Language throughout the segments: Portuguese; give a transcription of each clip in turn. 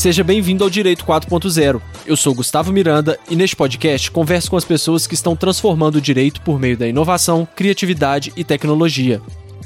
Seja bem-vindo ao Direito 4.0. Eu sou Gustavo Miranda e neste podcast converso com as pessoas que estão transformando o direito por meio da inovação, criatividade e tecnologia.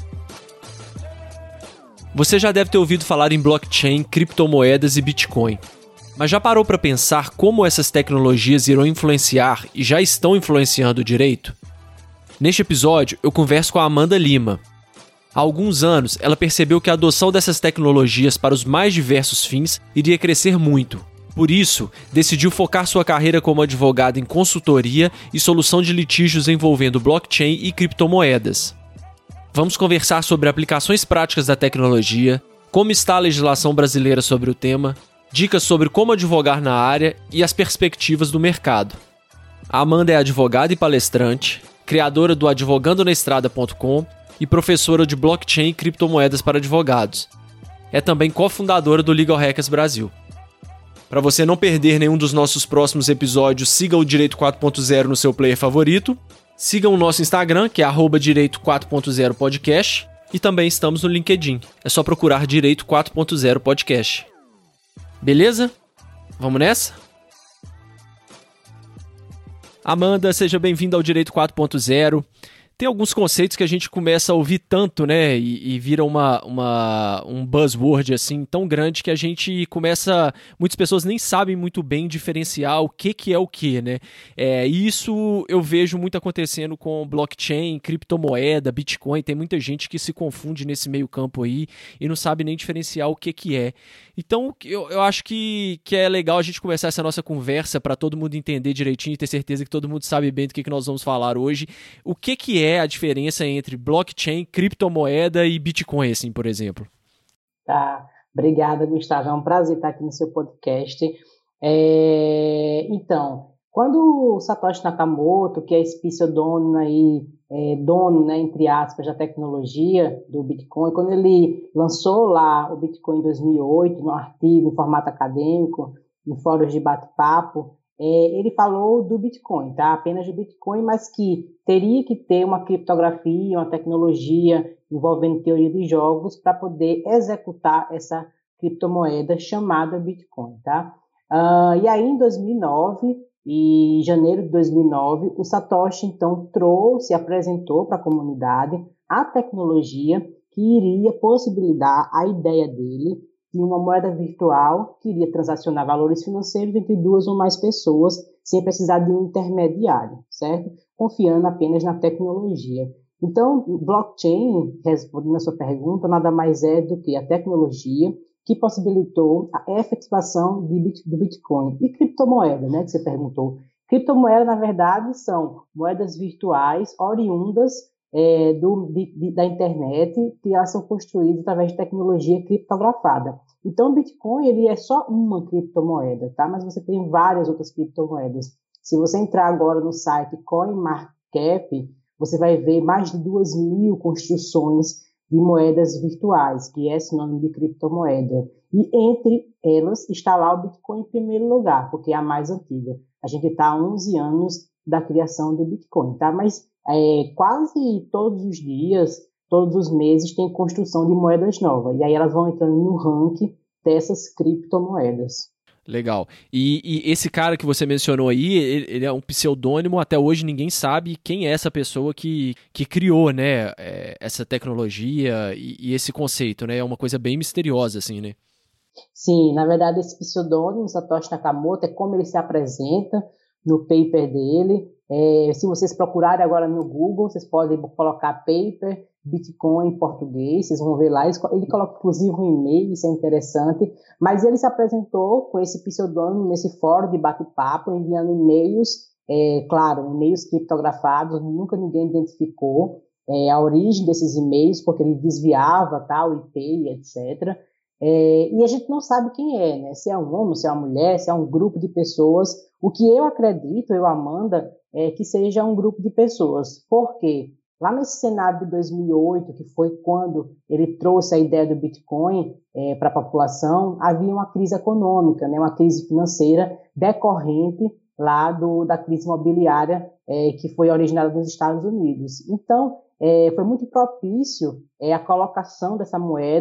Você já deve ter ouvido falar em blockchain, criptomoedas e Bitcoin. Mas já parou para pensar como essas tecnologias irão influenciar e já estão influenciando o direito? Neste episódio, eu converso com a Amanda Lima. Há alguns anos, ela percebeu que a adoção dessas tecnologias para os mais diversos fins iria crescer muito. Por isso, decidiu focar sua carreira como advogada em consultoria e solução de litígios envolvendo blockchain e criptomoedas. Vamos conversar sobre aplicações práticas da tecnologia, como está a legislação brasileira sobre o tema, dicas sobre como advogar na área e as perspectivas do mercado. A Amanda é advogada e palestrante, criadora do advogandonaestrada.com e professora de blockchain e criptomoedas para advogados. É também cofundadora do Legal Hackers Brasil. Para você não perder nenhum dos nossos próximos episódios, siga o Direito 4.0 no seu player favorito, siga o nosso Instagram, que é @Direito 4.0 Podcast, e também estamos no LinkedIn. É só procurar Direito 4.0 Podcast. Beleza? Vamos nessa? Amanda, seja bem-vinda ao Direito 4.0. Tem alguns conceitos que a gente começa a ouvir tanto, né, e vira um buzzword, assim, tão grande que a gente começa... Muitas pessoas nem sabem muito bem diferenciar o que é o que, né? E isso eu vejo muito acontecendo com blockchain, criptomoeda, Bitcoin. Tem muita gente que se confunde nesse meio campo aí e não sabe nem diferenciar o que é. Então, eu acho que é legal a gente começar essa nossa conversa para todo mundo entender direitinho e ter certeza que todo mundo sabe bem do que nós vamos falar hoje. O que é a diferença entre blockchain, criptomoeda e Bitcoin, assim, por exemplo? Tá, obrigada, Gustavo. É um prazer estar aqui no seu podcast. Então, quando o Satoshi Nakamoto, que é esse pseudônimo aí, dono, né, entre aspas, da tecnologia do Bitcoin, quando ele lançou lá o Bitcoin em 2008, num artigo em formato acadêmico, em fóruns de bate-papo, ele falou do Bitcoin, tá? Apenas do Bitcoin, mas que teria que ter uma criptografia, uma tecnologia envolvendo teoria de jogos para poder executar essa criptomoeda chamada Bitcoin, tá? E aí, em 2009, em janeiro de 2009, o Satoshi, então, apresentou para a comunidade a tecnologia que iria possibilitar a ideia dele de uma moeda virtual que iria transacionar valores financeiros entre duas ou mais pessoas sem precisar de um intermediário, certo? Confiando apenas na tecnologia. Então, blockchain, respondendo a sua pergunta, nada mais é do que a tecnologia que possibilitou a efetivação do Bitcoin. E criptomoeda, né, que você perguntou. Criptomoeda, na verdade, são moedas virtuais oriundas da internet, que elas são construídas através de tecnologia criptografada. Então, o Bitcoin ele é só uma criptomoeda, tá? Mas você tem várias outras criptomoedas. Se você entrar agora no site CoinMarketCap, você vai ver mais de 2.000 construções de moedas virtuais, que é sinônimo de criptomoeda. E entre elas está lá o Bitcoin em primeiro lugar, porque é a mais antiga. A gente está há 11 anos da criação do Bitcoin, tá? Mas quase todos os dias, todos os meses, tem construção de moedas novas. E aí elas vão entrando no ranking dessas criptomoedas. Legal. E esse cara que você mencionou aí, ele é um pseudônimo, até hoje ninguém sabe quem é essa pessoa que criou, né, essa tecnologia e esse conceito, né? É uma coisa bem misteriosa, assim, né? Sim, na verdade, esse pseudônimo, Satoshi Nakamoto, é como ele se apresenta no paper dele. Se vocês procurarem agora no Google, vocês podem colocar paper Bitcoin em português, vocês vão ver lá. Ele coloca, inclusive, um e-mail, isso é interessante. Mas ele se apresentou com esse pseudônimo nesse fórum de bate-papo, enviando e-mails, claro, e-mails criptografados, nunca ninguém identificou a origem desses e-mails, porque ele desviava tal, IP, etc. E a gente não sabe quem é, né? Se é um homem, se é uma mulher, se é um grupo de pessoas. O que eu acredito, Amanda, é que seja um grupo de pessoas. Por quê? Lá nesse cenário de 2008, que foi quando ele trouxe a ideia do Bitcoin para a população, havia uma crise econômica, né? Uma crise financeira decorrente lá da crise imobiliária que foi originada nos Estados Unidos. Então, foi muito propício a colocação dessa moeda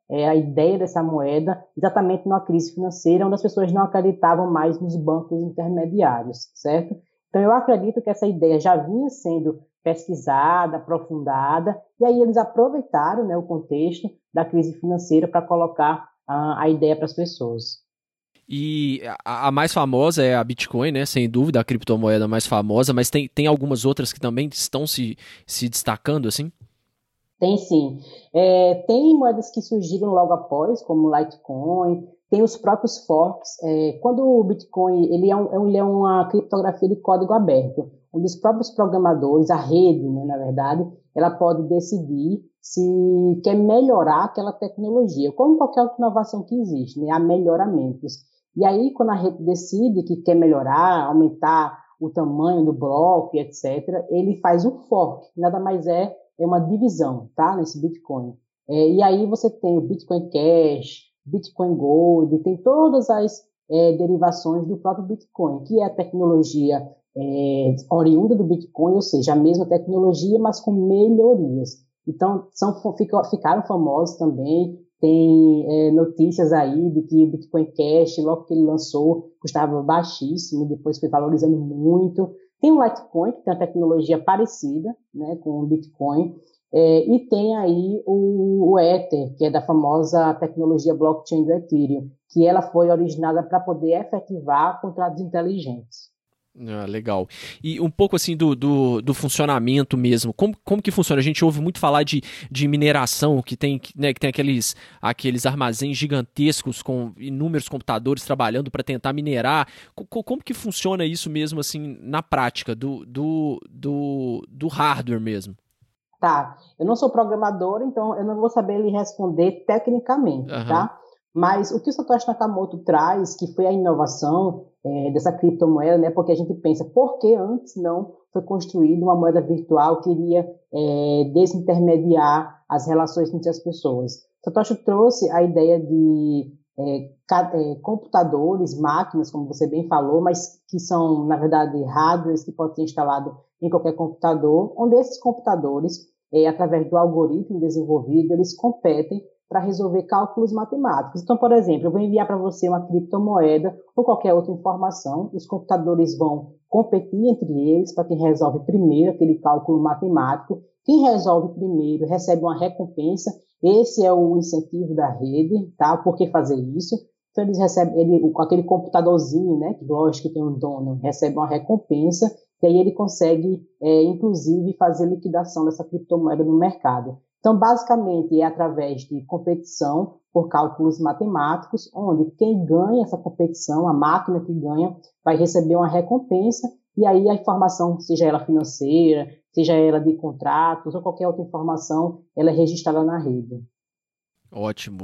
a ideia dessa moeda exatamente numa crise financeira, onde as pessoas não acreditavam mais nos bancos intermediários, certo? Então, eu acredito que essa ideia já vinha sendo pesquisada, aprofundada, e aí eles aproveitaram, né, o contexto da crise financeira para colocar a ideia para as pessoas. E a mais famosa é a Bitcoin, né? Sem dúvida, a criptomoeda mais famosa, mas tem algumas outras que também estão se destacando, assim? Tem sim. Tem moedas que surgiram logo após, como o Litecoin, tem os próprios forks. Quando o Bitcoin ele é uma criptografia de código aberto, onde os próprios programadores, a rede, né, na verdade, ela pode decidir se quer melhorar aquela tecnologia, como qualquer outra inovação que existe, né, há melhoramentos. E aí, quando a rede decide que quer melhorar, aumentar o tamanho do bloco, etc., ele faz um fork, nada mais é uma divisão, tá? Nesse Bitcoin. E aí você tem o Bitcoin Cash, Bitcoin Gold, tem todas as derivações do próprio Bitcoin, que é a tecnologia oriunda do Bitcoin, ou seja, a mesma tecnologia, mas com melhorias. Então, ficaram famosos também. Tem notícias aí de que o Bitcoin Cash, logo que ele lançou, custava baixíssimo, depois foi valorizando muito. Tem o Litecoin, que tem uma tecnologia parecida, né, com o Bitcoin, e tem aí o Ether, que é da famosa tecnologia blockchain do Ethereum, que ela foi originada para poder efetivar contratos inteligentes. Ah, legal. E um pouco assim do funcionamento mesmo. Como que funciona? A gente ouve muito falar de mineração, que tem, né, que tem aqueles armazéns gigantescos com inúmeros computadores trabalhando para tentar minerar. Como que funciona isso mesmo assim na prática, do hardware mesmo? Tá, eu não sou programador, então eu não vou saber lhe responder tecnicamente, Aham. tá? Mas o que o Satoshi Nakamoto traz, que foi a inovação dessa criptomoeda, né? Porque a gente pensa, por que antes não foi construída uma moeda virtual que iria desintermediar as relações entre as pessoas? Satoshi trouxe a ideia de computadores, máquinas, como você bem falou, mas que são, na verdade, hardwares que podem ser instalados em qualquer computador, onde esses computadores, através do algoritmo desenvolvido, eles competem para resolver cálculos matemáticos. Então, por exemplo, eu vou enviar para você uma criptomoeda ou qualquer outra informação, os computadores vão competir entre eles para quem resolve primeiro aquele cálculo matemático. Quem resolve primeiro recebe uma recompensa. Esse é o incentivo da rede, tá? Por que fazer isso? Então, eles recebem, com aquele computadorzinho, né? Que lógico que tem um dono, recebe uma recompensa, e aí ele consegue, inclusive, fazer liquidação dessa criptomoeda no mercado. Então, basicamente, é através de competição por cálculos matemáticos, onde quem ganha essa competição, a máquina que ganha, vai receber uma recompensa, e aí a informação, seja ela financeira, seja ela de contratos ou qualquer outra informação, ela é registrada na rede. Ótimo.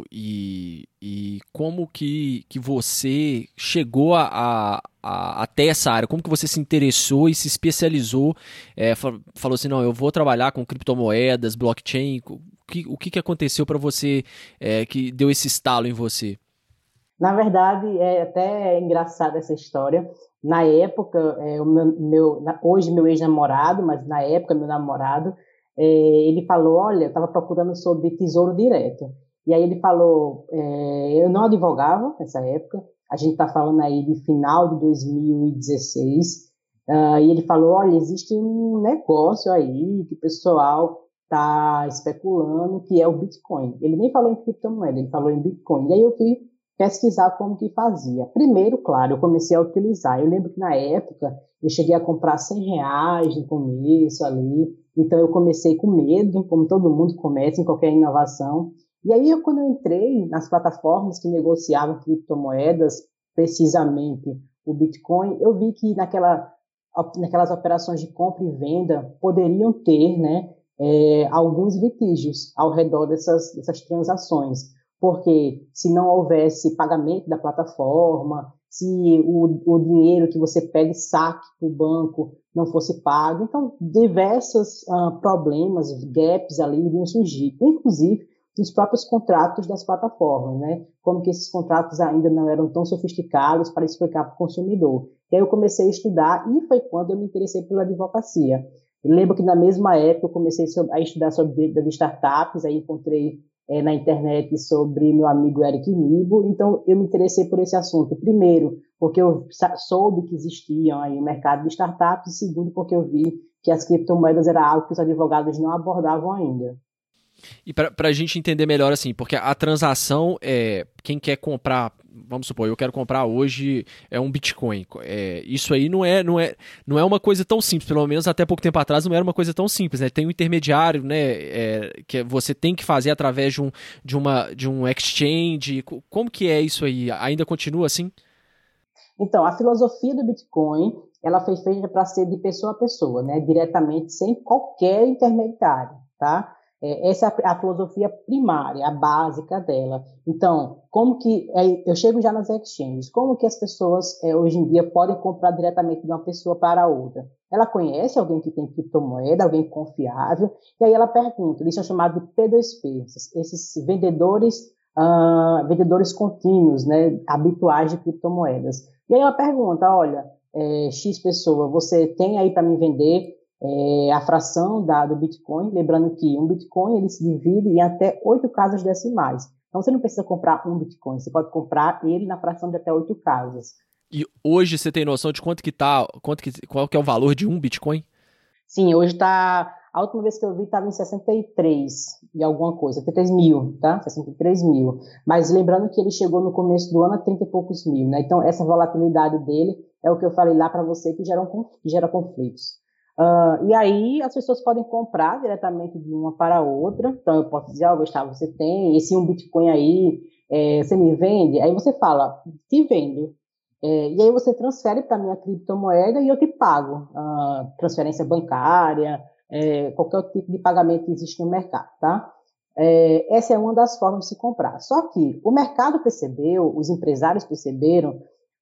E como que você chegou até essa área? Como que você se interessou e se especializou? Falou assim, não, eu vou trabalhar com criptomoedas, blockchain. O que aconteceu para você que deu esse estalo em você? Na verdade, é até engraçada essa história. Na época, hoje meu ex-namorado, mas na época meu namorado, ele falou, olha, eu estava procurando sobre tesouro direto. E aí ele falou, eu não advogava nessa época, a gente está falando aí de final de 2016, e ele falou, olha, existe um negócio aí que o pessoal está especulando, que é o Bitcoin. Ele nem falou em criptomoeda, ele falou em Bitcoin. E aí eu fui pesquisar como que fazia. Primeiro, claro, eu comecei a utilizar. Eu lembro que na época eu cheguei a comprar R$ 100 no começo ali, então eu comecei com medo, como todo mundo começa em qualquer inovação. E aí, quando eu entrei nas plataformas que negociavam criptomoedas, precisamente o Bitcoin, eu vi que naquelas operações de compra e venda poderiam ter, né, alguns litígios ao redor dessas transações. Porque se não houvesse pagamento da plataforma, se o dinheiro que você pega e saque para o banco não fosse pago, então diversos problemas, gaps ali iriam surgir, inclusive nos próprios contratos das plataformas, né? Como que esses contratos ainda não eram tão sofisticados para explicar para o consumidor. E aí eu comecei a estudar e foi quando eu me interessei pela advocacia. Eu lembro que na mesma época eu comecei a estudar sobre direito das startups, aí encontrei na internet sobre meu amigo Eric Nibo, então eu me interessei por esse assunto. Primeiro, porque eu soube que existiam aí o mercado de startups, e segundo, porque eu vi que as criptomoedas era algo que os advogados não abordavam ainda. E para a gente entender melhor, assim, porque a transação quem quer comprar, vamos supor, eu quero comprar hoje um Bitcoin. Isso aí não é uma coisa tão simples, pelo menos até pouco tempo atrás não era uma coisa tão simples, né? Tem um intermediário, né? Que você tem que fazer através de um exchange. Como que é isso aí? Ainda continua assim? Então, a filosofia do Bitcoin, ela foi feita para ser de pessoa a pessoa, né? Diretamente, sem qualquer intermediário, tá? Essa é a filosofia primária, a básica dela. Então, eu chego já nas exchanges, como que as pessoas hoje em dia podem comprar diretamente de uma pessoa para outra? Ela conhece alguém que tem criptomoeda, alguém confiável, e aí ela pergunta, eles são chamados de P2P, esses vendedores contínuos, né, habituais de criptomoedas. E aí ela pergunta, olha, X pessoa, você tem aí para me vender a fração do Bitcoin? Lembrando que um Bitcoin ele se divide em até 8 casas decimais. Então você não precisa comprar um Bitcoin, você pode comprar ele na fração de até 8 casas. E hoje você tem noção de qual que é o valor de um Bitcoin? Sim, hoje está. A última vez que eu vi estava em 63 e alguma coisa, 63 mil, tá? 63 mil. Mas lembrando que ele chegou no começo do ano a 30 e poucos mil, né? Então, essa volatilidade dele é o que eu falei lá para você que gera conflitos. E aí, as pessoas podem comprar diretamente de uma para outra. Então, eu posso dizer, Gustavo, você tem esse um Bitcoin aí, você me vende? Aí você fala, te vendo. E aí você transfere para a minha criptomoeda e eu te pago. Transferência bancária, qualquer tipo de pagamento que existe no mercado, tá? Essa é uma das formas de se comprar. Só que o mercado percebeu, os empresários perceberam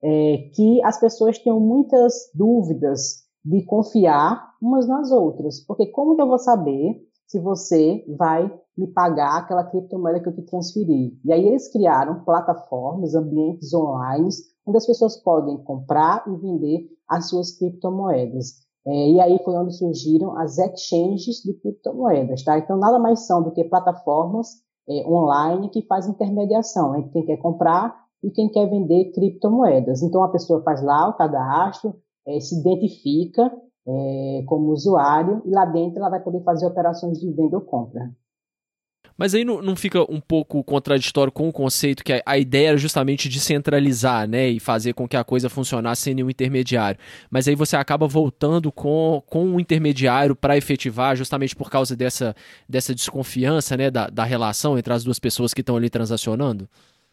que as pessoas tinham muitas dúvidas de confiar umas nas outras. Porque como que eu vou saber se você vai me pagar aquela criptomoeda que eu te transferi? E aí eles criaram plataformas, ambientes online, onde as pessoas podem comprar e vender as suas criptomoedas. E aí foi onde surgiram as exchanges de criptomoedas, tá? Então nada mais são do que plataformas online que fazem intermediação entre quem quer comprar e quem quer vender criptomoedas. Então a pessoa faz lá o cadastro, se identifica como usuário e lá dentro ela vai poder fazer operações de venda ou compra. Mas aí não fica um pouco contraditório com o conceito que a ideia era justamente descentralizar, né, e fazer com que a coisa funcionasse sem nenhum intermediário. Mas aí você acaba voltando com um intermediário para efetivar, justamente por causa dessa desconfiança, né, da relação entre as duas pessoas que estão ali transacionando?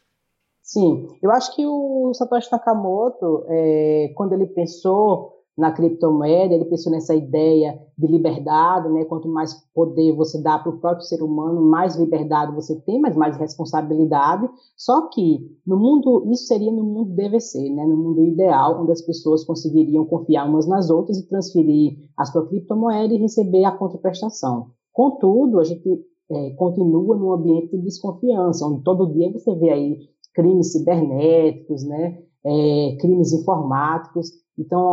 Sim, eu acho que o Satoshi Nakamoto, quando ele pensou na criptomoeda, ele pensou nessa ideia de liberdade, né? Quanto mais poder você dá para o próprio ser humano, mais liberdade você tem, mas mais responsabilidade. Só que no mundo, isso seria no mundo DVC, né? No mundo ideal, onde as pessoas conseguiriam confiar umas nas outras e transferir a sua criptomoeda e receber a contraprestação. Contudo, a gente continua num ambiente de desconfiança, onde todo dia você vê aí crimes cibernéticos, né? Crimes informáticos. Então,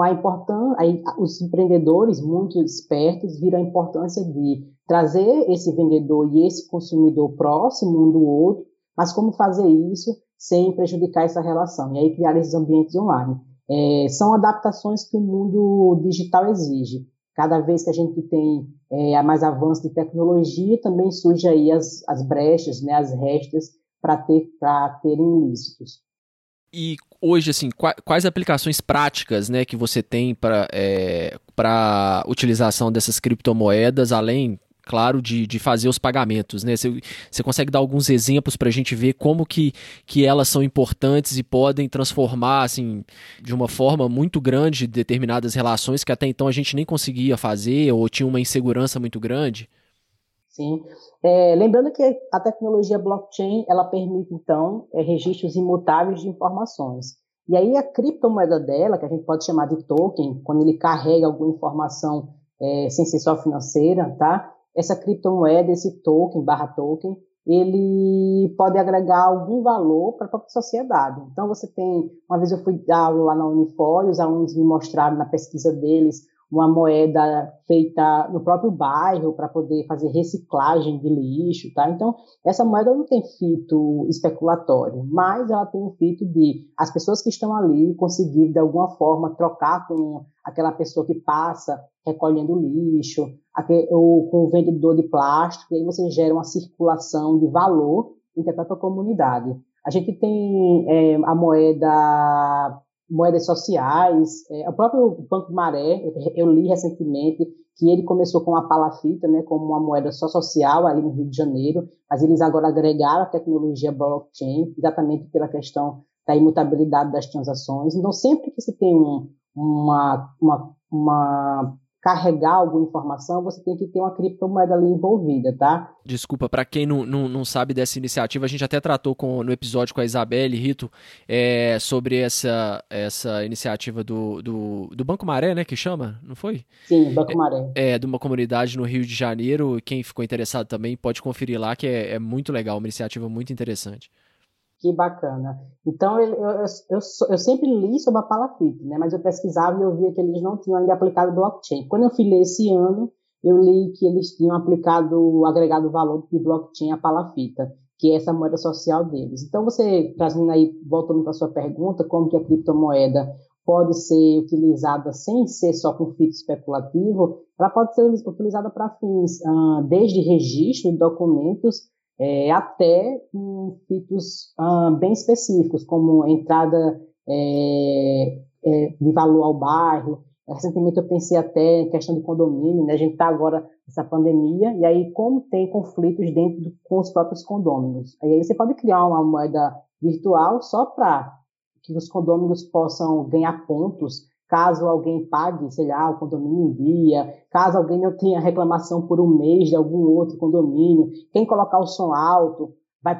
os empreendedores muito espertos viram a importância de trazer esse vendedor e esse consumidor próximo um do outro, mas como fazer isso sem prejudicar essa relação? E aí criar esses ambientes online. São adaptações que o mundo digital exige. Cada vez que a gente tem mais avanço de tecnologia, também surgem aí as brechas, né, as restas para terem ilícitos. E hoje, assim, quais aplicações práticas, né, que você tem para utilização dessas criptomoedas, além, claro, de fazer os pagamentos, né? Você consegue dar alguns exemplos para a gente ver como que elas são importantes e podem transformar, assim, de uma forma muito grande determinadas relações que até então a gente nem conseguia fazer ou tinha uma insegurança muito grande? Sim. Lembrando que a tecnologia blockchain, ela permite, então, registros imutáveis de informações. E aí a criptomoeda dela, que a gente pode chamar de token, quando ele carrega alguma informação sem ser só financeira, tá? Essa criptomoeda, esse token, barra token, ele pode agregar algum valor para a própria sociedade. Então, uma vez eu fui dar aula lá na Unifor, e os alunos me mostraram na pesquisa deles uma moeda feita no próprio bairro para poder fazer reciclagem de lixo, tá? Então, essa moeda não tem fito especulatório, mas ela tem um fito de as pessoas que estão ali conseguir, de alguma forma, trocar com aquela pessoa que passa recolhendo lixo, ou com o vendedor de plástico, e aí você gera uma circulação de valor entre a própria comunidade. A gente tem a moedas sociais, o próprio Banco Maré, eu li recentemente que ele começou com a palafita, né, como uma moeda só social ali no Rio de Janeiro, mas eles agora agregaram a tecnologia blockchain, exatamente pela questão da imutabilidade das transações. Então, sempre que você tem carregar alguma informação, você tem que ter uma criptomoeda ali envolvida, tá? Desculpa, para quem não sabe dessa iniciativa, a gente até tratou no episódio com a Isabelle Rito sobre essa iniciativa do Banco Maré, né, que chama, não foi? Sim, Banco Maré. De uma comunidade no Rio de Janeiro. Quem ficou interessado também pode conferir lá, que é muito legal, uma iniciativa muito interessante. Que bacana. Então, eu sempre li sobre a palafita, né? Mas eu pesquisava e eu via que eles não tinham ainda aplicado blockchain. Quando eu fui ler esse ano, eu li que eles tinham agregado valor de blockchain à palafita, que é essa moeda social deles. Então, você, trazendo aí, voltando para a sua pergunta, como que a criptomoeda pode ser utilizada sem ser só com fito especulativo, ela pode ser utilizada para fins, desde registro de documentos, até com fitos bem específicos, como entrada de valor ao bairro. Recentemente eu pensei até em questão de condomínio, né? A gente está agora nessa pandemia, e aí como tem conflitos com os próprios condôminos. Aí você pode criar uma moeda virtual só para que os condôminos possam ganhar pontos caso alguém pague, sei lá, o condomínio em dia, caso alguém não tenha reclamação por um mês de algum outro condomínio, quem colocar o som alto vai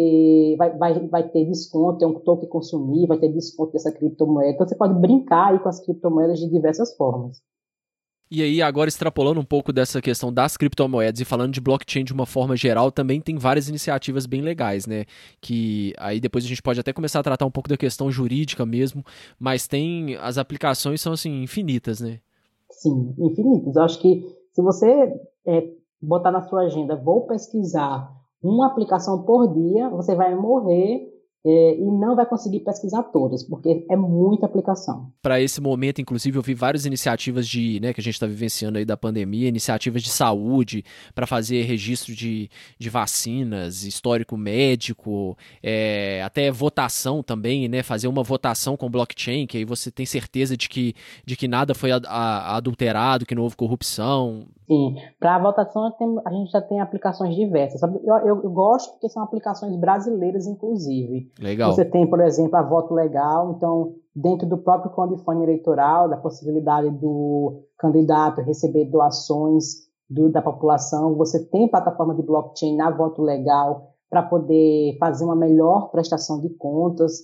ter desconto, é um token consumir, vai ter desconto dessa criptomoeda. Então você pode brincar aí com as criptomoedas de diversas formas. E aí, agora extrapolando um pouco dessa questão das criptomoedas e falando de blockchain de uma forma geral, também tem várias iniciativas bem legais, né? Que aí depois a gente pode até começar a tratar um pouco da questão jurídica mesmo, mas as aplicações são, assim, infinitas, né? Sim, infinitas. Eu acho que se você botar na sua agenda, vou pesquisar uma aplicação por dia, você vai morrer e não vai conseguir pesquisar todas, porque é muita aplicação. Para esse momento, inclusive, eu vi várias iniciativas que a gente está vivenciando aí da pandemia, iniciativas de saúde para fazer registro de vacinas, histórico médico, até votação também, né? Fazer uma votação com blockchain, que aí você tem certeza de que nada foi adulterado, que não houve corrupção. Sim, para a votação a gente já tem aplicações diversas. Eu gosto porque são aplicações brasileiras, inclusive. Legal. Você tem, por exemplo, a Voto Legal, então, dentro do próprio crowdfunding eleitoral, da possibilidade do candidato receber doações da população, você tem plataforma de blockchain na Voto Legal para poder fazer uma melhor prestação de contas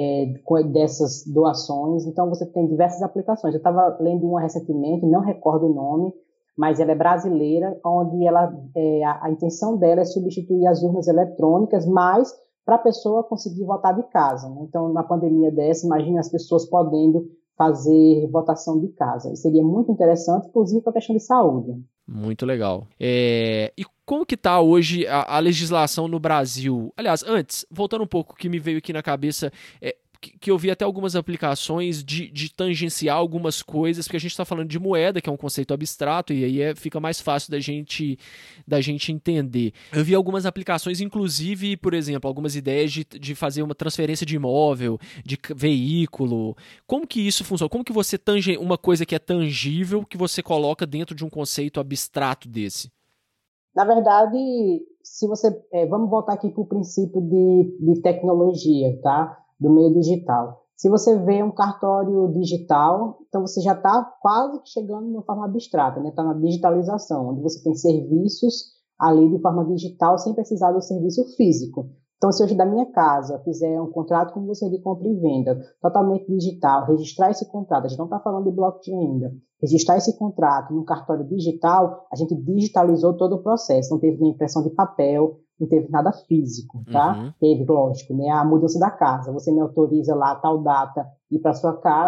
dessas doações. Então, você tem diversas aplicações. Eu estava lendo uma recentemente, não recordo o nome, mas ela é brasileira, onde a intenção dela é substituir as urnas eletrônicas, mas para a pessoa conseguir votar de casa, né? Então, na pandemia dessa, imagina as pessoas podendo fazer votação de casa. Isso seria muito interessante, inclusive para a questão de saúde. Muito legal. E como que está hoje a legislação no Brasil? Aliás, antes, voltando um pouco, que me veio aqui na cabeça, que eu vi até algumas aplicações de tangenciar algumas coisas, porque a gente está falando de moeda, que é um conceito abstrato, e aí fica mais fácil da gente entender. Eu vi algumas aplicações, inclusive, por exemplo, algumas ideias de fazer uma transferência de imóvel, de veículo. Como que isso funciona? Como que você uma coisa que é tangível, que você coloca dentro de um conceito abstrato desse? Na verdade, se você... vamos voltar aqui para o princípio de tecnologia, tá? Do meio digital. Se você vê um cartório digital, então você já está quase chegando de uma forma abstrata, né? Está na digitalização, onde você tem serviços ali de forma digital sem precisar do serviço físico. Então, se hoje da minha casa fizer um contrato com você de compra e venda totalmente digital, registrar esse contrato, a gente não está falando de blockchain ainda, registrar esse contrato no cartório digital, a gente digitalizou todo o processo, não teve nenhuma impressão de papel, não teve nada físico, tá? Uhum. Teve, lógico, né, a mudança da casa. Você me autoriza lá a tal data ir para sua casa,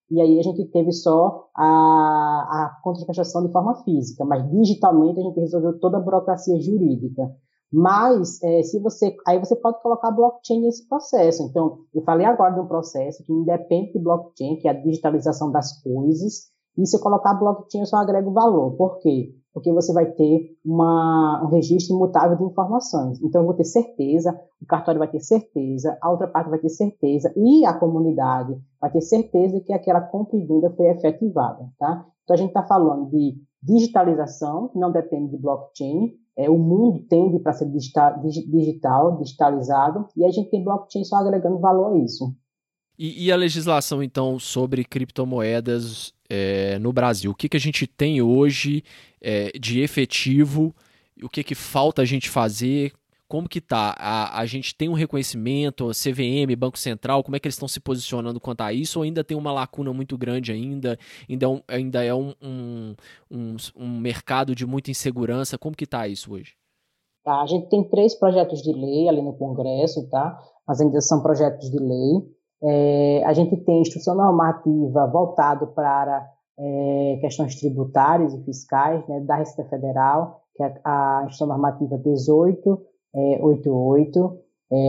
e aí a gente teve só a contraprestação de forma física, mas digitalmente a gente resolveu toda a burocracia jurídica. Mas, aí você pode colocar blockchain nesse processo. Então, eu falei agora de um processo que independe de blockchain, que é a digitalização das coisas, e se eu colocar blockchain, eu só agrego valor. Por quê? Porque você vai ter um registro imutável de informações. Então, eu vou ter certeza, o cartório vai ter certeza, a outra parte vai ter certeza, e a comunidade vai ter certeza que aquela compra e venda foi efetivada, tá? Então, a gente está falando de digitalização, que não depende de blockchain, o mundo tende para ser digitalizado, e a gente tem blockchain só agregando valor a isso. E a legislação, então, sobre criptomoedas no Brasil? O que a gente tem hoje de efetivo? O que falta a gente fazer? Como que tá? A gente tem um reconhecimento, a CVM, Banco Central, como é que eles estão se posicionando quanto a isso? Ou ainda tem uma lacuna muito grande ainda? Ainda é um mercado de muita insegurança? Como que tá isso hoje? Tá? A gente tem 3 projetos de lei ali no Congresso, tá? Mas ainda são projetos de lei. A gente tem instrução normativa voltado para questões tributárias e fiscais, né, da Receita Federal, que é a instrução normativa 1888,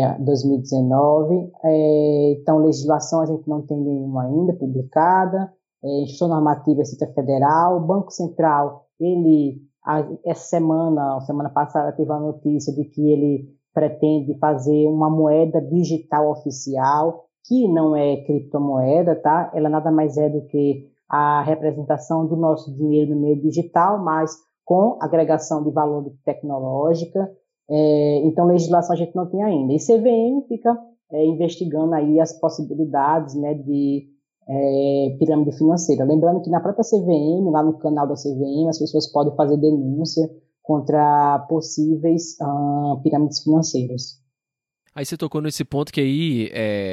2019. Então, legislação a gente não tem nenhuma ainda publicada. Instrução normativa Receita Federal. O Banco Central, essa semana passada, teve a notícia de que ele pretende fazer uma moeda digital oficial, que não é criptomoeda, tá? Ela nada mais é do que a representação do nosso dinheiro no meio digital, mas com agregação de valor tecnológica. Então, legislação a gente não tem ainda. E CVM fica investigando aí as possibilidades, né, de pirâmide financeira. Lembrando que na própria CVM, lá no canal da CVM, as pessoas podem fazer denúncia contra possíveis pirâmides financeiras. Aí você tocou nesse ponto que aí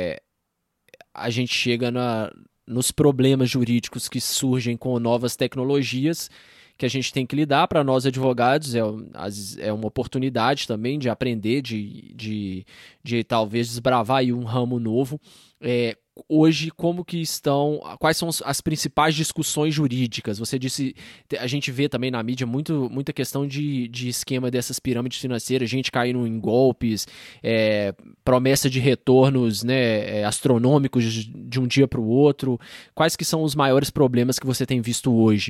a gente chega nos problemas jurídicos que surgem com novas tecnologias que a gente tem que lidar. Para nós advogados é uma oportunidade também de aprender, de talvez desbravar aí um ramo novo. Hoje, quais são as principais discussões jurídicas? Você disse, a gente vê também na mídia muita questão de esquema dessas pirâmides financeiras, gente caindo em golpes, promessa de retornos, né, astronômicos de um dia para o outro. Quais que são os maiores problemas que você tem visto hoje?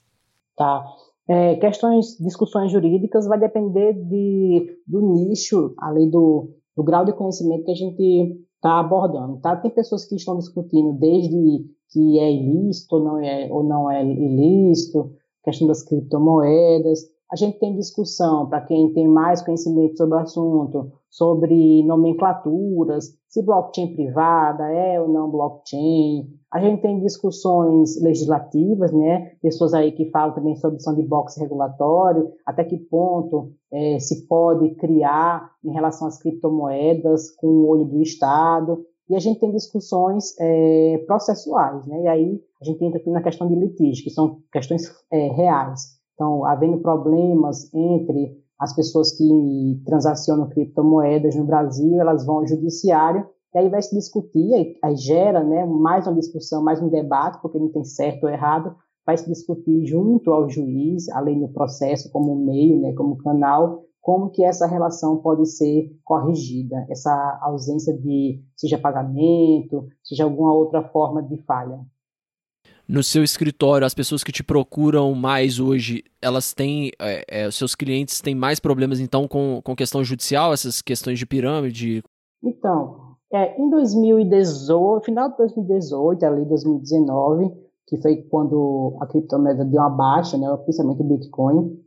Tá. Discussões jurídicas vai depender do nicho, além do grau de conhecimento que a gente está abordando, tá? Tem pessoas que estão discutindo desde que é ilícito ou não é ilícito, questão das criptomoedas. A gente tem discussão, para quem tem mais conhecimento sobre o assunto, sobre nomenclaturas, se blockchain privada é ou não blockchain. A gente tem discussões legislativas, né? Pessoas aí que falam também sobre sandbox regulatório, até que ponto se pode criar em relação às criptomoedas com o olho do Estado. E a gente tem discussões processuais, né? E aí a gente entra aqui na questão de litígio, que são questões reais. Então, havendo problemas entre as pessoas que transacionam criptomoedas no Brasil, elas vão ao judiciário, e aí vai se discutir, aí gera, né, mais uma discussão, mais um debate, porque não tem certo ou errado, vai se discutir junto ao juiz, além do processo como meio, né, como canal, como que essa relação pode ser corrigida, essa ausência de, seja pagamento, seja alguma outra forma de falha. No seu escritório, as pessoas que te procuram mais hoje, elas têm, os seus clientes têm mais problemas então com questão judicial, essas questões de pirâmide? Então, em 2018, final de 2018, ali 2019, que foi quando a criptomoeda deu uma baixa, né, principalmente o Bitcoin,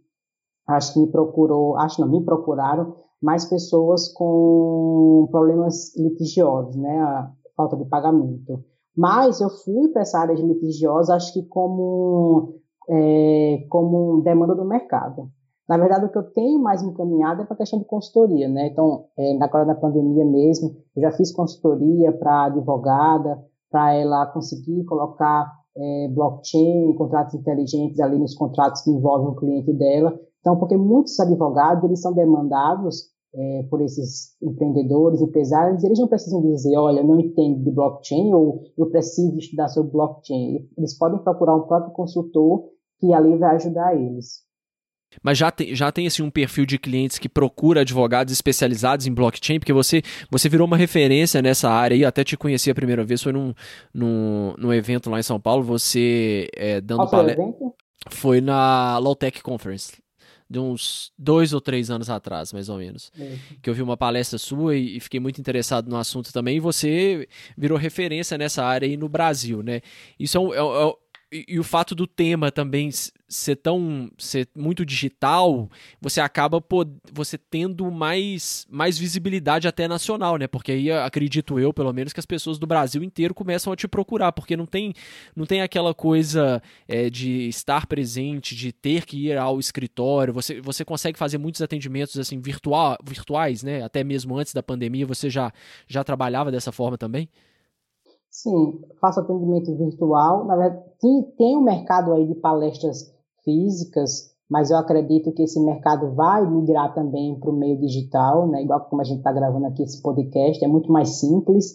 me procuraram mais pessoas com problemas litigiosos, né, a falta de pagamento. Mas eu fui para essa área de litigiosa, acho que como demanda do mercado. Na verdade, o que eu tenho mais me encaminhado é para a questão de consultoria, né? Então, agora na pandemia mesmo, eu já fiz consultoria para advogada, para ela conseguir colocar blockchain, contratos inteligentes ali nos contratos que envolvem o cliente dela. Então, porque muitos advogados, eles são demandados por esses empreendedores, empresários, eles não precisam dizer, olha, eu não entendo de blockchain ou eu preciso estudar sobre blockchain. Eles podem procurar um próprio consultor que ali vai ajudar eles. Mas já tem assim, um perfil de clientes que procura advogados especializados em blockchain, porque você virou uma referência nessa área aí, até te conheci a primeira vez, foi num evento lá em São Paulo, você dando palestra. Foi na Lawtech Conference, de uns 2 ou 3 anos atrás, mais ou menos. Que eu vi uma palestra sua e fiquei muito interessado no assunto também, e você virou referência nessa área aí no Brasil, né? Isso e o fato do tema também ser muito digital, você acaba você tendo mais visibilidade até nacional, né? Porque aí acredito eu, pelo menos, que as pessoas do Brasil inteiro começam a te procurar, porque não tem aquela coisa de estar presente, de ter que ir ao escritório. Você consegue fazer muitos atendimentos assim virtuais, né? Até mesmo antes da pandemia, você já trabalhava dessa forma também? Sim, faço atendimento virtual. Na verdade, tem um mercado aí de palestras físicas, mas eu acredito que esse mercado vai migrar também para o meio digital, né? Igual como a gente está gravando aqui esse podcast, é muito mais simples,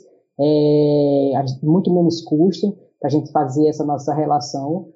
muito menos custo para a gente fazer essa nossa relação.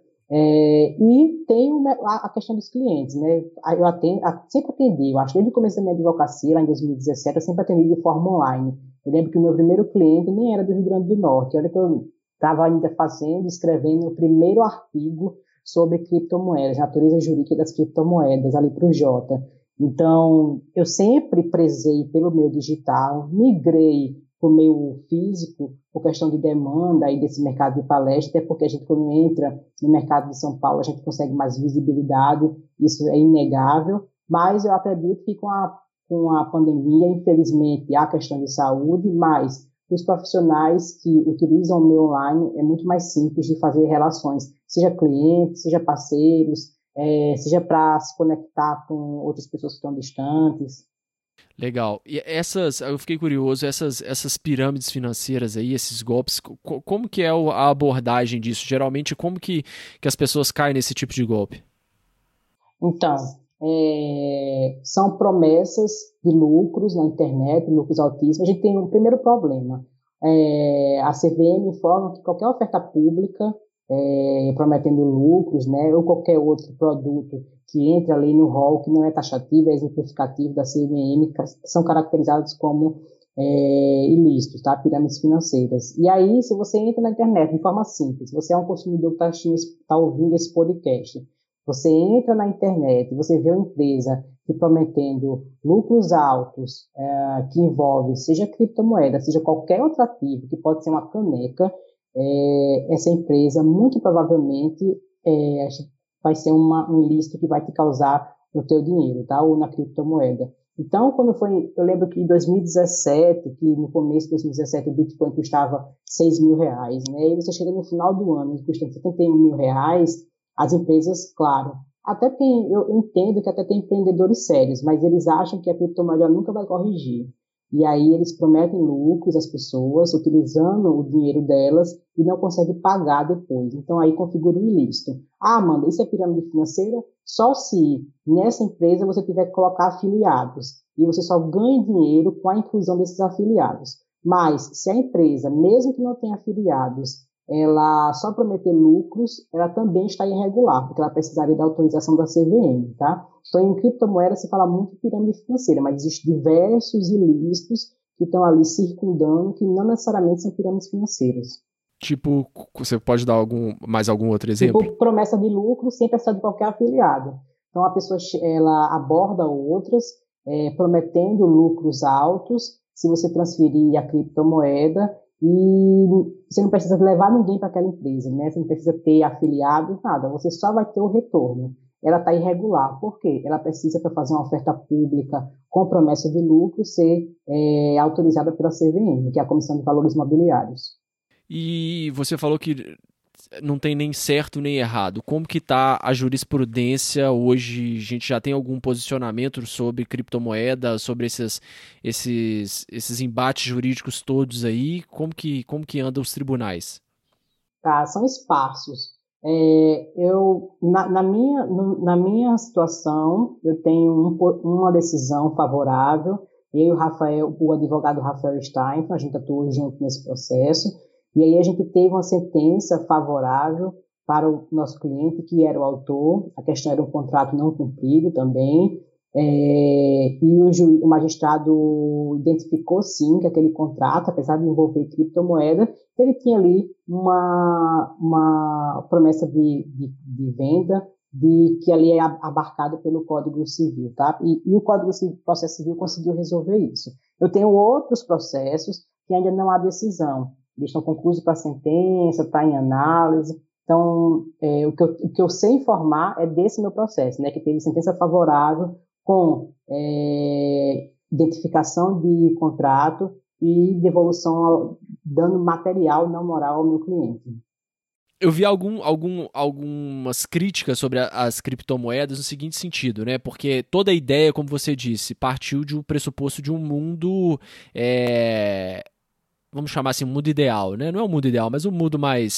E tem a questão dos clientes, né? Sempre atendi, eu acho que desde o começo da minha advocacia, lá em 2017, eu sempre atendi de forma online. Eu lembro que o meu primeiro cliente nem era do Rio Grande do Norte. Olha que eu estava ainda escrevendo o primeiro artigo sobre criptomoedas, natureza jurídica das criptomoedas, ali para o Jota. Então, eu sempre prezei pelo meu digital, migrei para o meu físico por questão de demanda aí desse mercado de palestra, até porque a gente, quando entra no mercado de São Paulo, a gente consegue mais visibilidade, isso é inegável, mas eu acredito que com a pandemia, infelizmente, há questão de saúde, mas os profissionais que utilizam o meio online é muito mais simples de fazer relações, seja clientes, seja parceiros, seja para se conectar com outras pessoas que estão distantes. Legal. E eu fiquei curioso, essas pirâmides financeiras aí, esses golpes, como que é a abordagem disso? Geralmente, como que as pessoas caem nesse tipo de golpe? Então, são promessas de lucros na internet, lucros altíssimos. A gente tem um primeiro problema. A CVM informa que qualquer oferta pública prometendo lucros, né, ou qualquer outro produto que entre ali no rol que não é taxativo, é exemplificativo da CVM, são caracterizados como ilícitos, tá? Pirâmides financeiras. E aí, se você entra na internet de forma simples, você é um consumidor que está ouvindo esse podcast, você entra na internet, você vê uma empresa que prometendo lucros altos, que envolve seja criptomoeda, seja qualquer outro ativo, que pode ser uma caneca, essa empresa muito provavelmente vai ser um ilícito que vai te causar no teu dinheiro, tá? Ou na criptomoeda. Então, eu lembro que em 2017, que no começo de 2017 o Bitcoin custava R$6.000, né? E você chega no final do ano, custando R$71.000, as empresas, claro, eu entendo que até tem empreendedores sérios, mas eles acham que a criptomoeda nunca vai corrigir. E aí eles prometem lucros às pessoas, utilizando o dinheiro delas e não conseguem pagar depois. Então aí configura o ilícito. Amanda, isso é pirâmide financeira? Só se nessa empresa você tiver que colocar afiliados. E você só ganha dinheiro com a inclusão desses afiliados. Mas se a empresa, mesmo que não tenha afiliados, ela só prometer lucros, ela também está irregular, porque ela precisaria da autorização da CVM, tá? Então, em criptomoeda se fala muito de pirâmide financeira, mas existem diversos ilícitos que estão ali circundando, que não necessariamente são pirâmides financeiras. Tipo, você pode dar mais algum outro exemplo? Tipo, promessa de lucro sem precisar de qualquer afiliado. Então, a pessoa ela aborda outras, prometendo lucros altos, se você transferir a criptomoeda, e você não precisa levar ninguém para aquela empresa, né? Você não precisa ter afiliados, nada. Você só vai ter o retorno. Ela está irregular. Por quê? Ela precisa, para fazer uma oferta pública com promessa de lucro, ser autorizada pela CVM, que é a Comissão de Valores Mobiliários. E você falou que não tem nem certo nem errado. Como que está a jurisprudência hoje? A gente já tem algum posicionamento sobre criptomoeda, sobre esses embates jurídicos todos aí? Como que andam os tribunais? Tá, são esparsos. Na minha situação, eu tenho uma decisão favorável. Eu e o Rafael, o advogado Rafael Stein, a gente atuou junto nesse processo. E aí a gente teve uma sentença favorável para o nosso cliente, que era o autor. A questão era um contrato não cumprido também. E o magistrado identificou sim que aquele contrato, apesar de envolver criptomoeda, ele tinha ali uma promessa de venda, de que ali é abarcado pelo Código Civil, tá? E o Código Civil, Processo Civil conseguiu resolver isso. Eu tenho outros processos que ainda não há decisão. Eles estão conclusos para sentença, está em análise. Então, o que eu sei informar é desse meu processo, né? Que teve sentença favorável com identificação de contrato e devolução, dando material não moral ao meu cliente. Eu vi algumas críticas sobre as criptomoedas no seguinte sentido, né? Porque toda a ideia, como você disse, partiu de um pressuposto de um mundo, vamos chamar assim, um mundo ideal, né? Não é um mundo ideal, mas um mundo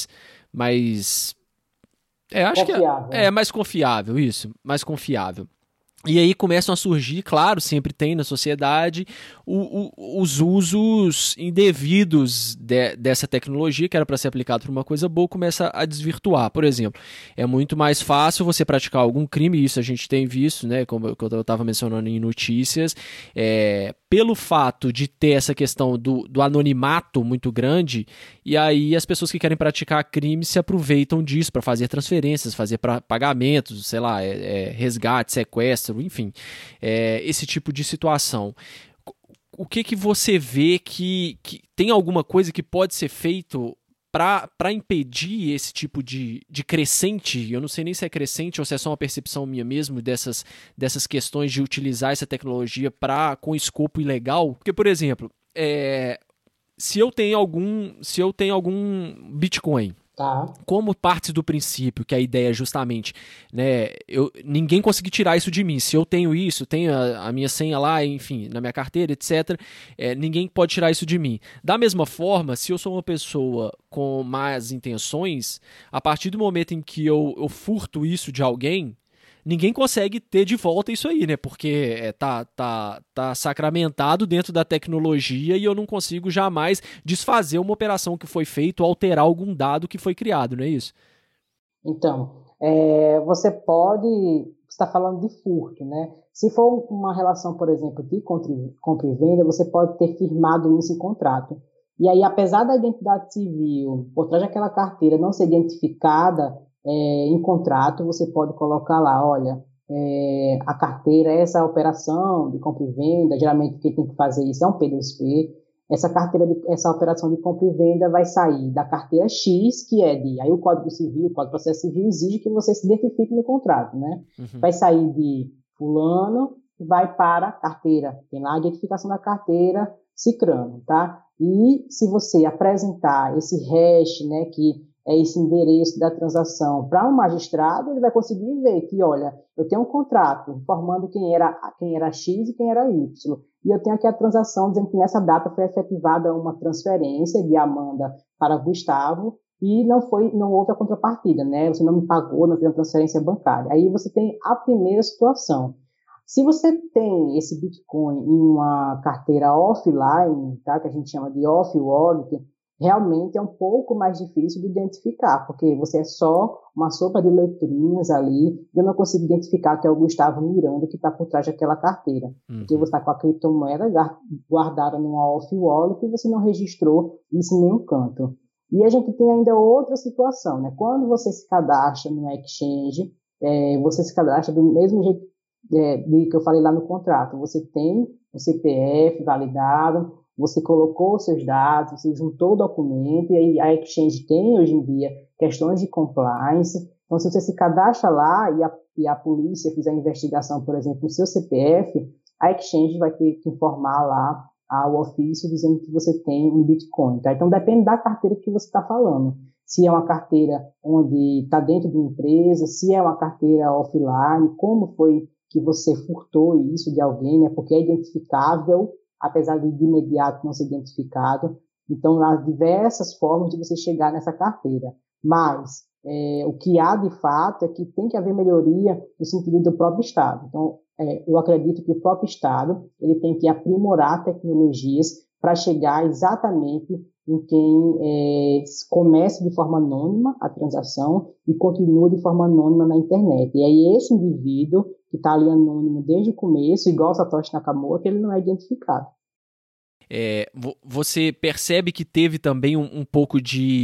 mais, acho confiável. que é mais confiável, isso, mais confiável. E aí começam a surgir, claro, sempre tem na sociedade, os usos indevidos dessa tecnologia, que era para ser aplicado para uma coisa boa, começa a desvirtuar. Por exemplo, é muito mais fácil você praticar algum crime, isso a gente tem visto, né, como eu estava mencionando em notícias, pelo fato de ter essa questão do anonimato muito grande, e aí as pessoas que querem praticar crime se aproveitam disso para fazer transferências, fazer pagamentos, sei lá, resgate, sequestro, enfim, esse tipo de situação. O que você vê que tem alguma coisa que pode ser feito para impedir esse tipo de crescente? Eu não sei nem se é crescente ou se é só uma percepção minha mesmo dessas questões de utilizar essa tecnologia com escopo ilegal. Porque, por exemplo, se eu tenho algum Bitcoin, tá, como parte do princípio, que a ideia é justamente, né, ninguém conseguir tirar isso de mim. Se eu tenho isso, tenho a minha senha lá, enfim, na minha carteira, etc., ninguém pode tirar isso de mim. Da mesma forma, se eu sou uma pessoa com más intenções, a partir do momento em que eu furto isso de alguém, ninguém consegue ter de volta isso aí, né? Porque tá sacramentado dentro da tecnologia e eu não consigo jamais desfazer uma operação que foi feita ou alterar algum dado que foi criado, não é isso? Então, você está falando de furto, né? Se for uma relação, por exemplo, de compra e venda, você pode ter firmado isso em contrato. E aí, apesar da identidade civil, por trás daquela carteira não ser identificada em contrato, você pode colocar lá, olha, a carteira, essa operação de compra e venda, geralmente quem tem que fazer isso é um P2P, essa operação de compra e venda vai sair da carteira X, que é aí o Código Civil, o Código de Processo Civil exige que você se identifique no contrato, né? Uhum. Vai sair de fulano, vai para a carteira, tem lá a identificação da carteira Cicrano, tá? E se você apresentar esse hash, né, que é esse endereço da transação para um magistrado, ele vai conseguir ver que, olha, eu tenho um contrato informando quem era X e quem era Y. E eu tenho aqui a transação dizendo que nessa data foi efetivada uma transferência de Amanda para Gustavo e não houve a contrapartida, né? Você não me pagou, não fez a transferência bancária. Aí você tem a primeira situação. Se você tem esse Bitcoin em uma carteira offline, tá? Que a gente chama de off-wallet, realmente é um pouco mais difícil de identificar, porque você é só uma sopa de letrinhas ali, e eu não consigo identificar que é o Gustavo Miranda que está por trás daquela carteira. Uhum. Porque você está com a criptomoeda guardada numa off-wallet e você não registrou isso em nenhum canto. E a gente tem ainda outra situação, né? Quando você se cadastra no exchange, você se cadastra do mesmo jeito que eu falei lá no contrato. Você tem o CPF validado, você colocou os seus dados, você juntou o documento, e aí a Exchange tem, hoje em dia, questões de compliance. Então, se você se cadastra lá e a polícia fizer a investigação, por exemplo, no seu CPF, a Exchange vai ter que informar lá ao ofício dizendo que você tem um Bitcoin, tá? Então, depende da carteira que você está falando. Se é uma carteira onde está dentro de uma empresa, se é uma carteira offline, como foi que você furtou isso de alguém, né? Porque é identificável, apesar de imediato não ser identificado. Então, há diversas formas de você chegar nessa carteira. Mas, o que há de fato é que tem que haver melhoria no sentido do próprio Estado. Então, eu acredito que o próprio Estado ele tem que aprimorar tecnologias para chegar exatamente em quem comece de forma anônima a transação e continua de forma anônima na internet. E aí esse indivíduo que está ali anônimo desde o começo, igual Satoshi Nakamoto, ele não é identificado. Você percebe que teve também um pouco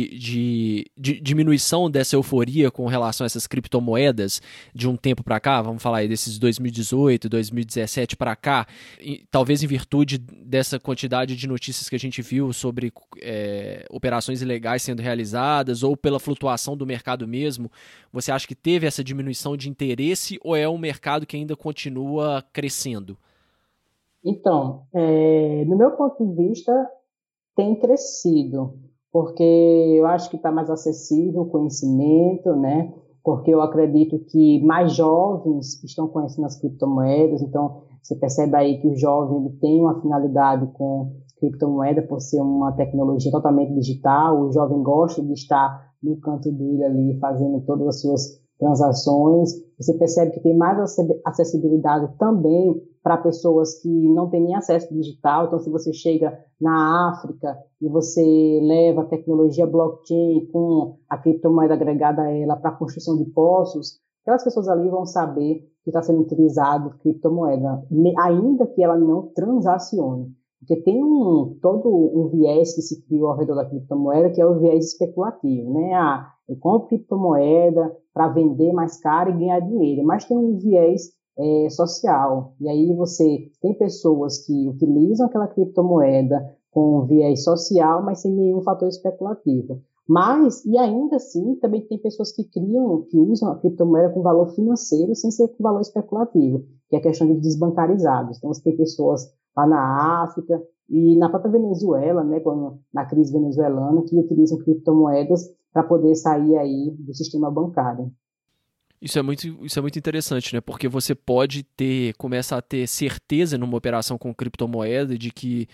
de diminuição dessa euforia com relação a essas criptomoedas de um tempo para cá? Vamos falar aí desses 2018, 2017 para cá, talvez em virtude dessa quantidade de notícias que a gente viu sobre operações ilegais sendo realizadas ou pela flutuação do mercado mesmo. Você acha que teve essa diminuição de interesse ou é um mercado que ainda continua crescendo? Então, no meu ponto de vista, tem crescido, porque eu acho que está mais acessível o conhecimento, né? Porque eu acredito que mais jovens estão conhecendo as criptomoedas, então você percebe aí que o jovem ele tem uma finalidade com criptomoeda por ser uma tecnologia totalmente digital, o jovem gosta de estar no canto dele ali fazendo todas as suas transações, você percebe que tem mais acessibilidade também para pessoas que não têm nem acesso digital. Então, se você chega na África e você leva a tecnologia blockchain com a criptomoeda agregada a ela para a construção de poços, aquelas pessoas ali vão saber que está sendo utilizado criptomoeda, ainda que ela não transacione. Porque tem todo um viés que se criou ao redor da criptomoeda, que é o viés especulativo, né? Eu compro criptomoeda para vender mais caro e ganhar dinheiro, mas tem um viés social. E aí você tem pessoas que utilizam aquela criptomoeda com viés social, mas sem nenhum fator especulativo. Mas, e ainda assim, também tem pessoas que usam a criptomoeda com valor financeiro sem ser com valor especulativo, que é a questão de desbancarizados. Então, você tem pessoas lá na África e na própria Venezuela, né, na crise venezuelana, que utilizam criptomoedas para poder sair aí do sistema bancário. Isso é muito interessante, né? Porque você começa a ter certeza numa operação com criptomoeda de que,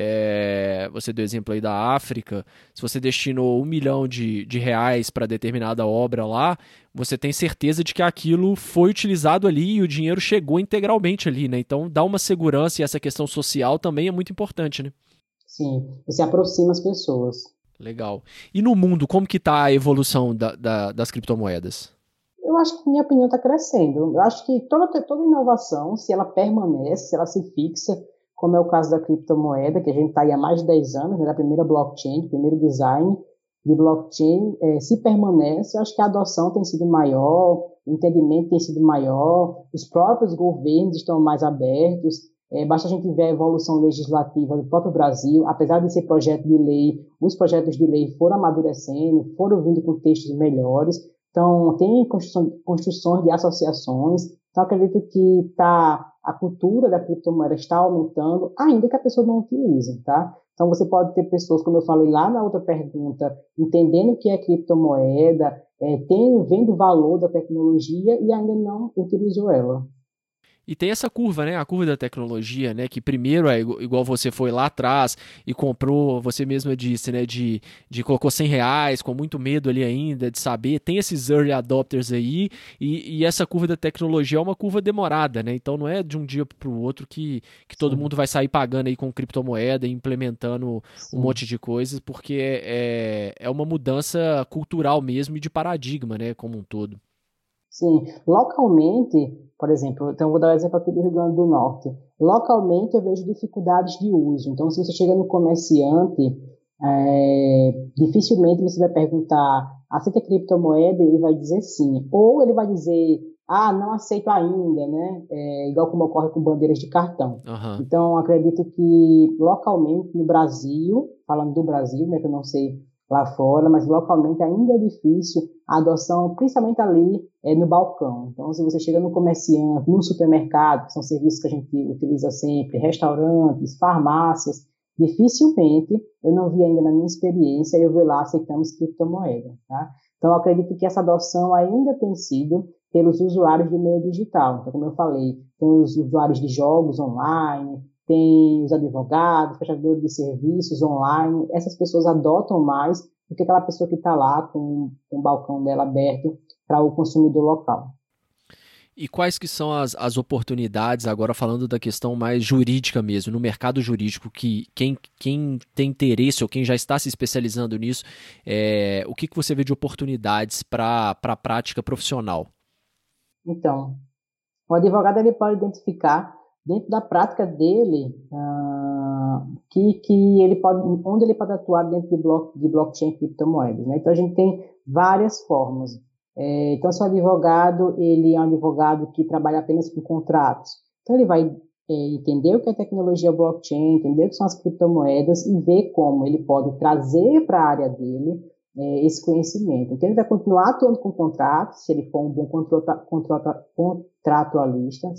você deu exemplo aí da África, se você destinou 1 milhão de reais para determinada obra lá, você tem certeza de que aquilo foi utilizado ali e o dinheiro chegou integralmente ali, né? Então dá uma segurança e essa questão social também é muito importante, né? Sim, você aproxima as pessoas. Legal. E no mundo, como que está a evolução das criptomoedas? Eu acho que minha opinião está crescendo. Eu acho que toda inovação, se ela permanece, se ela se fixa, como é o caso da criptomoeda, que a gente está aí há mais de 10 anos, né, da primeira blockchain, primeiro design de blockchain, se permanece, eu acho que a adoção tem sido maior, o entendimento tem sido maior, os próprios governos estão mais abertos. Basta a gente ver a evolução legislativa do próprio Brasil, apesar de ser projeto de lei, os projetos de lei foram amadurecendo, foram vindo com textos melhores. Então, tem construções de associações. Então, acredito que a cultura da criptomoeda está aumentando, ainda que a pessoa não utilize, tá? Então, você pode ter pessoas, como eu falei lá na outra pergunta, entendendo o que é criptomoeda, vendo o valor da tecnologia e ainda não utilizou ela. E tem essa curva, né? A curva da tecnologia, né? Que primeiro é igual você foi lá atrás e comprou, você mesma disse, né? De colocou 100 reais, com muito medo ali ainda de saber. Tem esses early adopters aí e essa curva da tecnologia é uma curva demorada, né? Então não é de um dia para o outro que todo mundo vai sair pagando aí com criptomoeda e implementando um monte de coisas, porque é uma mudança cultural mesmo e de paradigma, né? Como um todo. Sim, localmente, por exemplo, então eu vou dar um exemplo aqui do Rio Grande do Norte. Localmente eu vejo dificuldades de uso. Então, se você chega no comerciante, dificilmente você vai perguntar, aceita criptomoeda? Ele vai dizer sim. Ou ele vai dizer, não aceito ainda, né? Igual como ocorre com bandeiras de cartão. Uhum. Então, acredito que localmente no Brasil, falando do Brasil, né, que eu não sei lá fora, mas localmente ainda é difícil a adoção, principalmente ali no balcão. Então, se você chega no comerciante, no supermercado, que são serviços que a gente utiliza sempre, restaurantes, farmácias, dificilmente, eu não vi ainda na minha experiência, eu vi lá aceitamos criptomoeda, tá? Então, eu acredito que essa adoção ainda tem sido pelos usuários do meio digital. Então, como eu falei, tem os usuários de jogos online, tem os advogados, prestadores de serviços online, essas pessoas adotam mais do que aquela pessoa que está lá com o balcão dela aberto para o consumidor local. E quais que são as oportunidades, agora falando da questão mais jurídica mesmo, no mercado jurídico, que quem tem interesse ou quem já está se especializando nisso, o que você vê de oportunidades para a prática profissional? Então, o advogado ele pode identificar dentro da prática dele que ele pode, onde ele pode atuar dentro de blockchain e criptomoedas, né? Então a gente tem várias formas. Então, se o advogado ele é um advogado que trabalha apenas com contratos, então ele vai entender o que é tecnologia blockchain, entender o que são as criptomoedas e ver como ele pode trazer para a área dele esse conhecimento. Então, ele vai continuar atuando com contratos, se ele for um bom contratualista,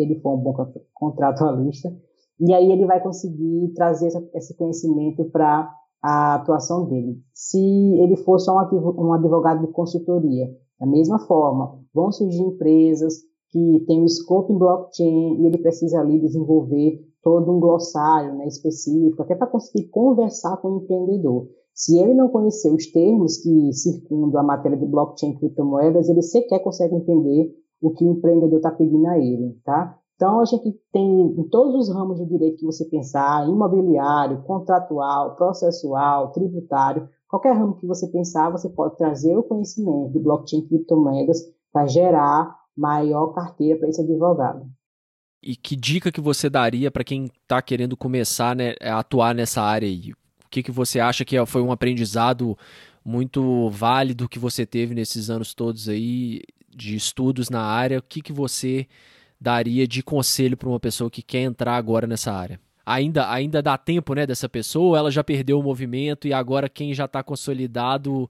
e aí ele vai conseguir trazer esse conhecimento para a atuação dele. Se ele for só um advogado de consultoria, da mesma forma, vão surgir empresas que têm um scope em blockchain e ele precisa ali desenvolver todo um glossário, né, específico, até para conseguir conversar com o empreendedor. Se ele não conhecer os termos que circundam a matéria de blockchain e criptomoedas, ele sequer consegue entender o que o empreendedor está pedindo a ele, tá? Então, a gente tem em todos os ramos do direito que você pensar, imobiliário, contratual, processual, tributário, qualquer ramo que você pensar, você pode trazer o conhecimento de blockchain e criptomoedas para gerar maior carteira para esse advogado. E que dica que você daria para quem está querendo começar, né, a atuar nessa área aí? O que você acha que foi um aprendizado muito válido que você teve nesses anos todos aí de estudos na área? O que você daria de conselho para uma pessoa que quer entrar agora nessa área? Ainda dá tempo, né, dessa pessoa, ou ela já perdeu o movimento e agora quem já está consolidado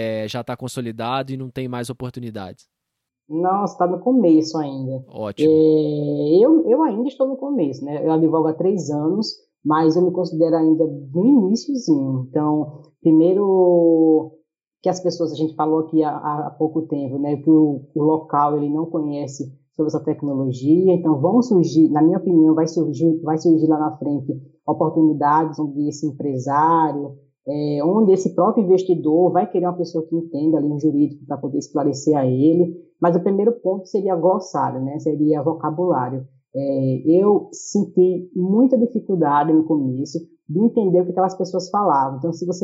e não tem mais oportunidades? Nossa, está no começo ainda. Ótimo. Eu ainda estou no começo, né? Eu advogo há 3 anos, mas eu me considero ainda no iniciozinho. Então, primeiro que as pessoas, a gente falou aqui há pouco tempo, né? Que o local ele não conhece sobre essa tecnologia, então vão surgir, na minha opinião, vai surgir lá na frente oportunidades onde esse empresário, onde esse próprio investidor vai querer uma pessoa que entenda ali um jurídico para poder esclarecer a ele. Mas o primeiro ponto seria glossário, né? Seria vocabulário. Eu senti muita dificuldade no começo de entender o que aquelas pessoas falavam. Então, se você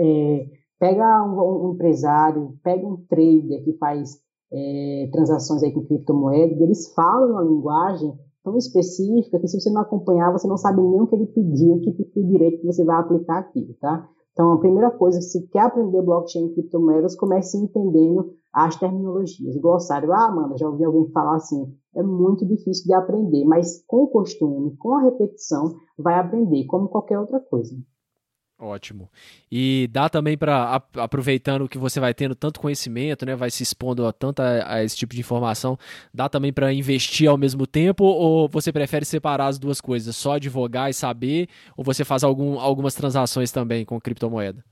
pega um empresário, pega um trader que faz transações aí com criptomoedas, eles falam uma linguagem tão específica que se você não acompanhar, você não sabe nem o que ele pediu, que tipo de direito que você vai aplicar aqui, tá? Então, a primeira coisa, se quer aprender blockchain e criptomoedas, comece entendendo as terminologias. Glossário, Amanda, já ouvi alguém falar assim, é muito difícil de aprender, mas com o costume, com a repetição, vai aprender, como qualquer outra coisa. Ótimo. E dá também para, aproveitando que você vai tendo tanto conhecimento, né, vai se expondo a esse tipo de informação, dá também para investir ao mesmo tempo, ou você prefere separar as duas coisas, só advogar e saber, ou você faz algumas transações também com criptomoeda?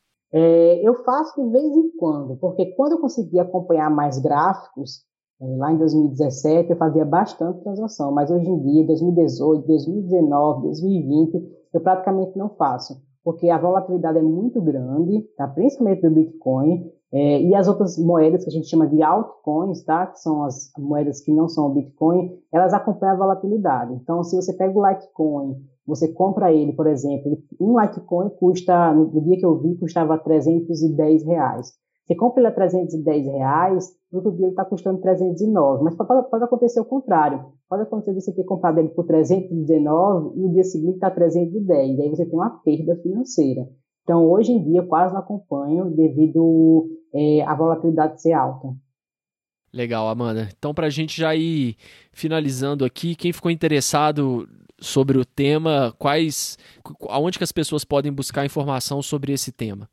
Eu faço de vez em quando, porque quando eu consegui acompanhar mais gráficos, lá em 2017 eu fazia bastante transação, mas hoje em dia, 2018, 2019, 2020, eu praticamente não faço, porque a volatilidade é muito grande, tá? Principalmente do Bitcoin, e as outras moedas que a gente chama de altcoins, tá? Que são as moedas que não são o Bitcoin, elas acompanham a volatilidade. Então, se você pega o Litecoin, você compra ele, por exemplo, um Litecoin custa, no dia que eu vi, custava R$310. Você compra ele a R$310, no outro dia ele está custando 309. Mas pode acontecer o contrário. Pode acontecer você ter comprado ele por 319 e no dia seguinte está 310. Aí você tem uma perda financeira. Então, hoje em dia, eu quase não acompanho devido à volatilidade ser alta. Legal, Amanda. Então, para a gente já ir finalizando aqui, quem ficou interessado sobre o tema, aonde que as pessoas podem buscar informação sobre esse tema?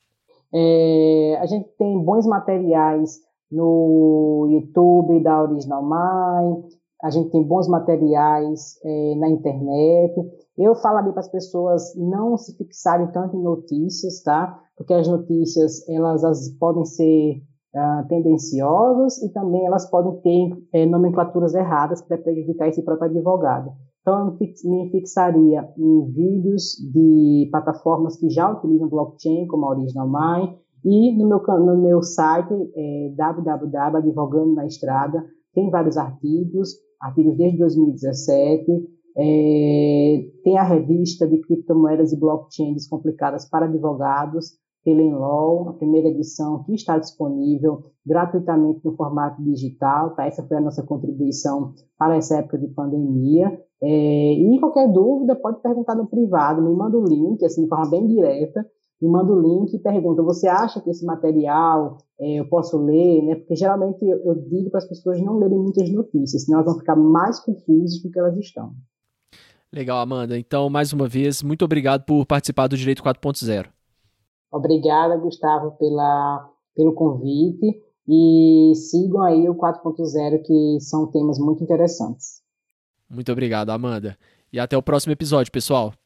A gente tem bons materiais no YouTube da Original Mind, a gente tem bons materiais na internet. Eu falaria para as pessoas não se fixarem tanto em notícias, tá? Porque as notícias, elas podem ser tendenciosos e também elas podem ter nomenclaturas erradas para prejudicar esse próprio advogado. Então, eu me fixaria em vídeos de plataformas que já utilizam blockchain, como a Original Mind, e no meu site, www.advogando na estrada, tem vários artigos desde 2017, tem a revista de criptomoedas e blockchain descomplicadas para advogados, Helen Law, a primeira edição, que está disponível gratuitamente no formato digital, tá? Essa foi a nossa contribuição para essa época de pandemia. E qualquer dúvida, pode perguntar no privado, me manda o link, assim, de forma bem direta, me manda o link e pergunta, você acha que esse material eu posso ler, né? Porque geralmente eu digo para as pessoas não lerem muitas notícias, senão elas vão ficar mais confusas do que elas estão. Legal, Amanda. Então, mais uma vez, muito obrigado por participar do Direito 4.0. Obrigada, Gustavo, pelo convite e sigam aí o 4.0, que são temas muito interessantes. Muito obrigado, Amanda. E até o próximo episódio, pessoal.